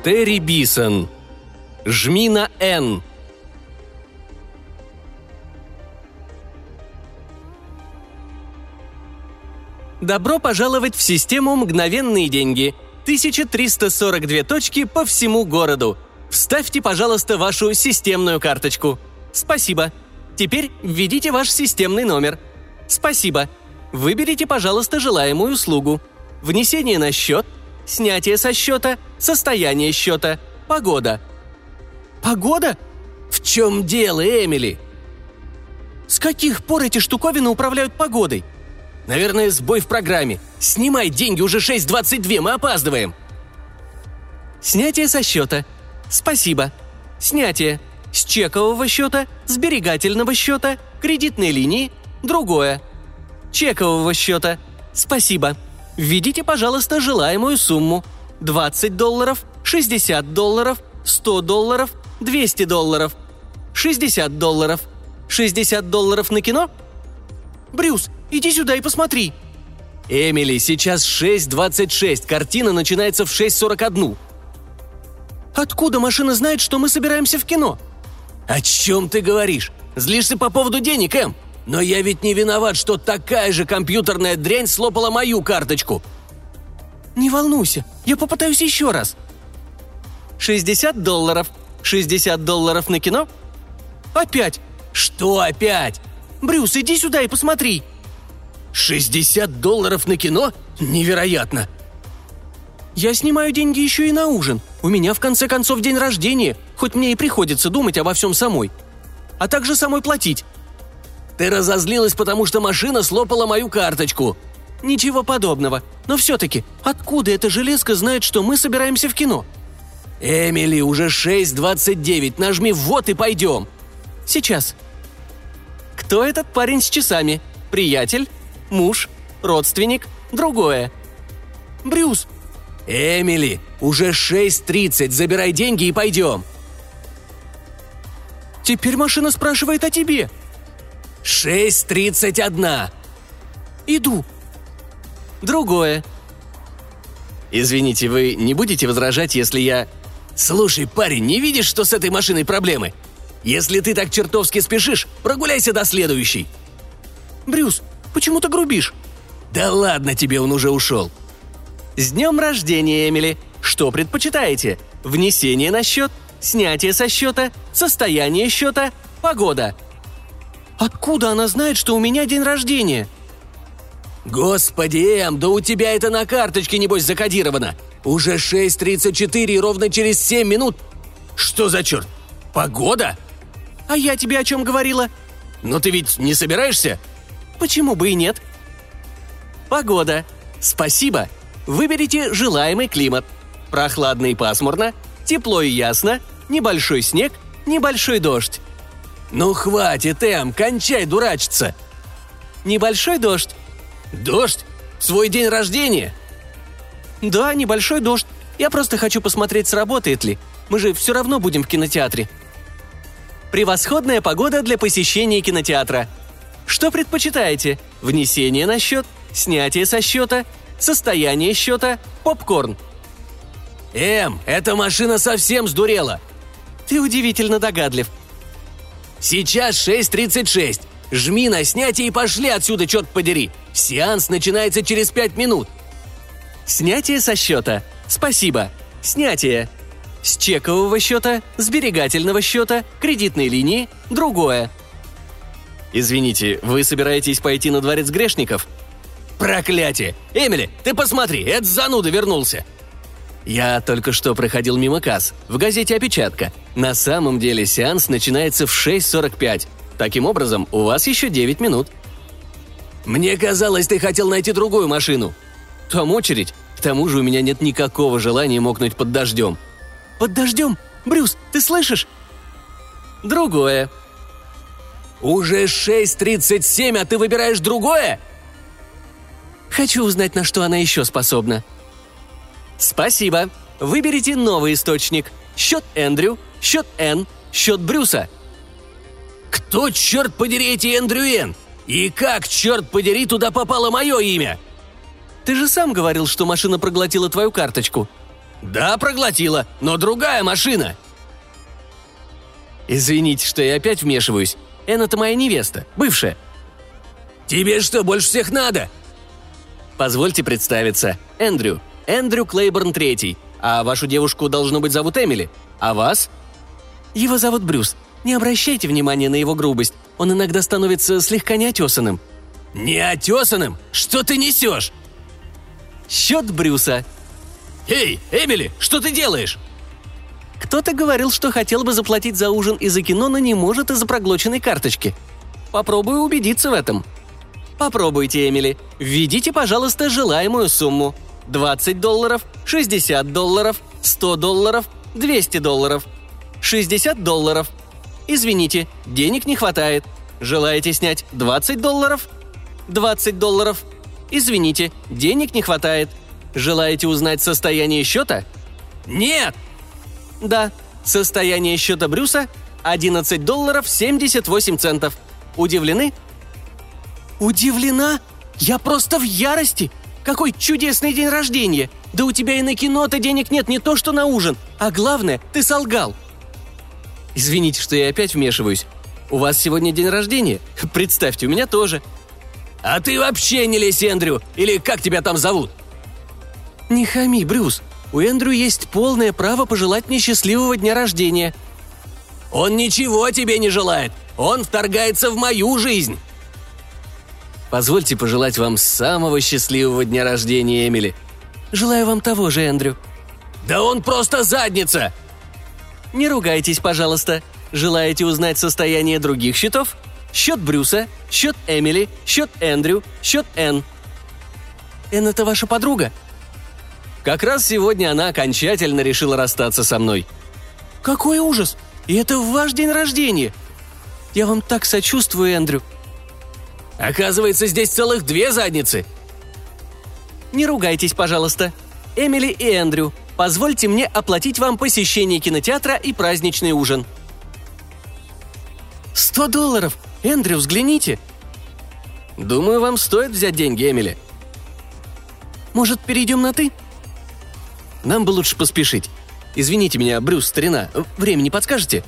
Терри Бисон. Жми на N. Добро пожаловать в систему «Мгновенные деньги». 1342 точки по всему городу. Вставьте, пожалуйста, вашу системную карточку. Спасибо. Теперь введите ваш системный номер. Спасибо. Выберите, пожалуйста, желаемую услугу. Внесение на счет, снятие со счета, состояние счета, погода. Погода? В чем дело, Эмили? С каких пор эти штуковины управляют погодой? Наверное, сбой в программе. Снимай деньги, уже 6:22, мы опаздываем. Снятие со счета. Спасибо. Снятие. С чекового счета, сберегательного счета, кредитной линии, другое. Чекового счета. Спасибо. Введите, пожалуйста, желаемую сумму. $20, $60, $100, $200. $60. $60 на кино? Брюс, иди сюда и посмотри. Эмили, сейчас 6:26, картина начинается в 6:41. Откуда машина знает, что мы собираемся в кино? О чем ты говоришь? Злишься по поводу денег, Эм? Но я ведь не виноват, что такая же компьютерная дрянь слопала мою карточку. Не волнуйся, я попытаюсь еще раз. $60. $60 на кино? Опять. Что опять? Брюс, иди сюда и посмотри. $60 на кино? Невероятно. Я снимаю деньги еще и на ужин. У меня, в конце концов, день рождения, хоть мне и приходится думать обо всем самой. А также самой платить. Ты разозлилась, потому что машина слопала мою карточку. Ничего подобного. Но все-таки, откуда эта железка знает, что мы собираемся в кино? Эмили, уже 6:29, нажми «вот» и пойдем. Сейчас. Кто этот парень с часами? Приятель? Муж? Родственник? Другое. Брюс. Эмили, уже 6:30, забирай деньги и пойдем. Теперь машина спрашивает о тебе. 6:31. Иду. Другое. Извините, вы не будете возражать, если я... Слушай, парень, не видишь, что с этой машиной проблемы? Если ты так чертовски спешишь, прогуляйся до следующей. Брюс, почему ты грубишь? Да ладно тебе, он уже ушел. С днем рождения, Эмили. Что предпочитаете? Внесение на счет, снятие со счета, состояние счета, погода. Откуда она знает, что у меня день рождения? Господи, Эм, да у тебя это на карточке, небось, закодировано. Уже 6:34 и ровно через 7 минут. Что за черт? Погода? А я тебе о чем говорила? Но ты ведь не собираешься? Почему бы и нет? Погода. Спасибо. Выберите желаемый климат. Прохладно и пасмурно, тепло и ясно, небольшой снег, небольшой дождь. Ну хватит, Эм, кончай дурачиться. Небольшой дождь. Дождь? В свой день рождения? Да, небольшой дождь. Я просто хочу посмотреть, сработает ли. Мы же все равно будем в кинотеатре. Превосходная погода для посещения кинотеатра. Что предпочитаете? Внесение на счет, снятие со счета, состояние счета, попкорн. Эм, эта машина совсем сдурела. Ты удивительно догадлив. Сейчас 6:36. Жми на снятие и пошли отсюда, черт подери. Сеанс начинается через 5 минут. Снятие со счета. Спасибо. Снятие. С чекового счета, сберегательного счета, кредитной линии, другое. Извините, вы собираетесь пойти на дворец грешников? Проклятие! Эмили, ты посмотри, этот зануда вернулся. Я только что проходил мимо касс. В газете опечатка. На самом деле сеанс начинается в 6:45. Таким образом, у вас еще 9 минут. Мне казалось, ты хотел найти другую машину. Там очередь. К тому же у меня нет никакого желания мокнуть под дождем. Под дождем? Брюс, ты слышишь? Другое. Уже 6:37, а ты выбираешь другое? Хочу узнать, на что она еще способна. Спасибо. Выберите новый источник. Счет Эндрю, счет Н, счет Брюса. Кто, черт подери, эти Эндрю и Н? И как, черт подери, туда попало мое имя? Ты же сам говорил, что машина проглотила твою карточку. Да, проглотила, но другая машина. Извините, что я опять вмешиваюсь. Энн-то моя невеста, бывшая. Тебе что, больше всех надо? Позвольте представиться. Эндрю. Эндрю Клейборн III. А вашу девушку, должно быть, зовут Эмили. А вас? Его зовут Брюс. Не обращайте внимания на его грубость. Он иногда становится слегка неотесанным. Неотесанным? Что ты несешь? Счет Брюса. Эй, Эмили, что ты делаешь? Кто-то говорил, что хотел бы заплатить за ужин и за кино, но не может из-за проглоченной карточки. Попробую убедиться в этом. Попробуйте, Эмили. Введите, пожалуйста, желаемую сумму. $20, $60, $100, $200. $60. Извините, денег не хватает. Желаете снять $20? $20. Извините, денег не хватает. Желаете узнать состояние счета? Нет! Да, состояние счета Брюса – $11.78. Удивлены? Удивлена? Я просто в ярости! Какой чудесный день рождения! Да у тебя и на кино-то денег нет, не то что на ужин. А главное, ты солгал. Извините, что я опять вмешиваюсь. У вас сегодня день рождения? Представьте, у меня тоже. А ты вообще не лезь, Эндрю! Или как тебя там зовут? Не хами, Брюс. У Эндрю есть полное право пожелать мне счастливого дня рождения. Он ничего тебе не желает. Он вторгается в мою жизнь. Позвольте пожелать вам самого счастливого дня рождения, Эмили. Желаю вам того же, Эндрю. Да он просто задница! Не ругайтесь, пожалуйста. Желаете узнать состояние других счетов? Счет Брюса, счет Эмили, счет Эндрю, счет Энн. Энн – это ваша подруга? Как раз сегодня она окончательно решила расстаться со мной. Какой ужас! И это в ваш день рождения! Я вам так сочувствую, Эндрю. Оказывается, здесь целых 2 задницы. Не ругайтесь, пожалуйста. Эмили и Эндрю, позвольте мне оплатить вам посещение кинотеатра и праздничный ужин. $100! Эндрю, взгляните. Думаю, вам стоит взять деньги, Эмили. Может, перейдем на «ты»? Нам бы лучше поспешить. Извините меня, Брюс, старина, время не подскажете?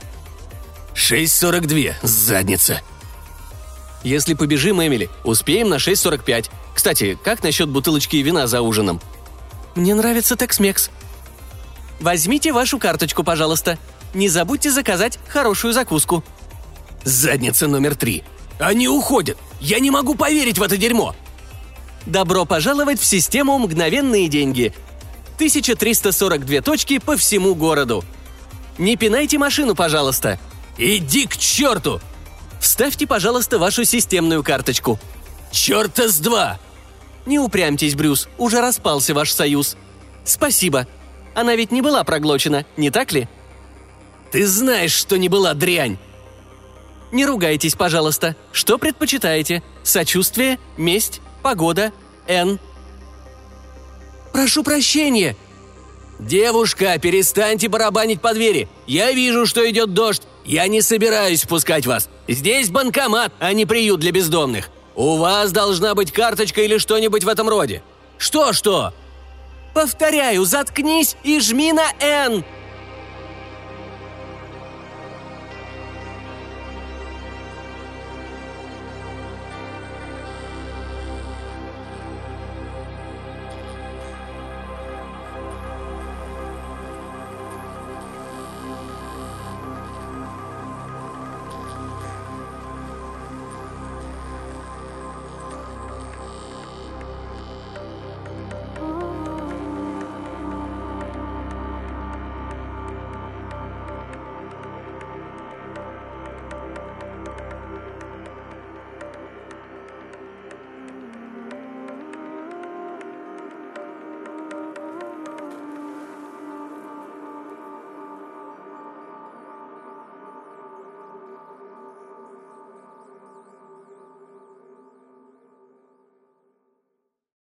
6:42, задница. Если побежим, Эмили, успеем на 6:45. Кстати, как насчет бутылочки вина за ужином? Мне нравится Tex-Mex. Возьмите вашу карточку, пожалуйста. Не забудьте заказать хорошую закуску. Задница номер 3. Они уходят. Я не могу поверить в это дерьмо. Добро пожаловать в систему «Мгновенные деньги». 1342 точки по всему городу. Не пинайте машину, пожалуйста. Иди к черту! Вставьте, пожалуйста, вашу системную карточку. Черта с два! Не упрямьтесь, Брюс, уже распался ваш союз. Спасибо. Она ведь не была проглочена, не так ли? Ты знаешь, что не была, дрянь. Не ругайтесь, пожалуйста. Что предпочитаете? Сочувствие, месть, погода, Энн? Прошу прощения. Девушка, перестаньте барабанить по двери. Я вижу, что идет дождь. Я не собираюсь впускать вас. Здесь банкомат, а не приют для бездомных. У вас должна быть карточка или что-нибудь в этом роде. Что? Повторяю, заткнись и жми на «Н».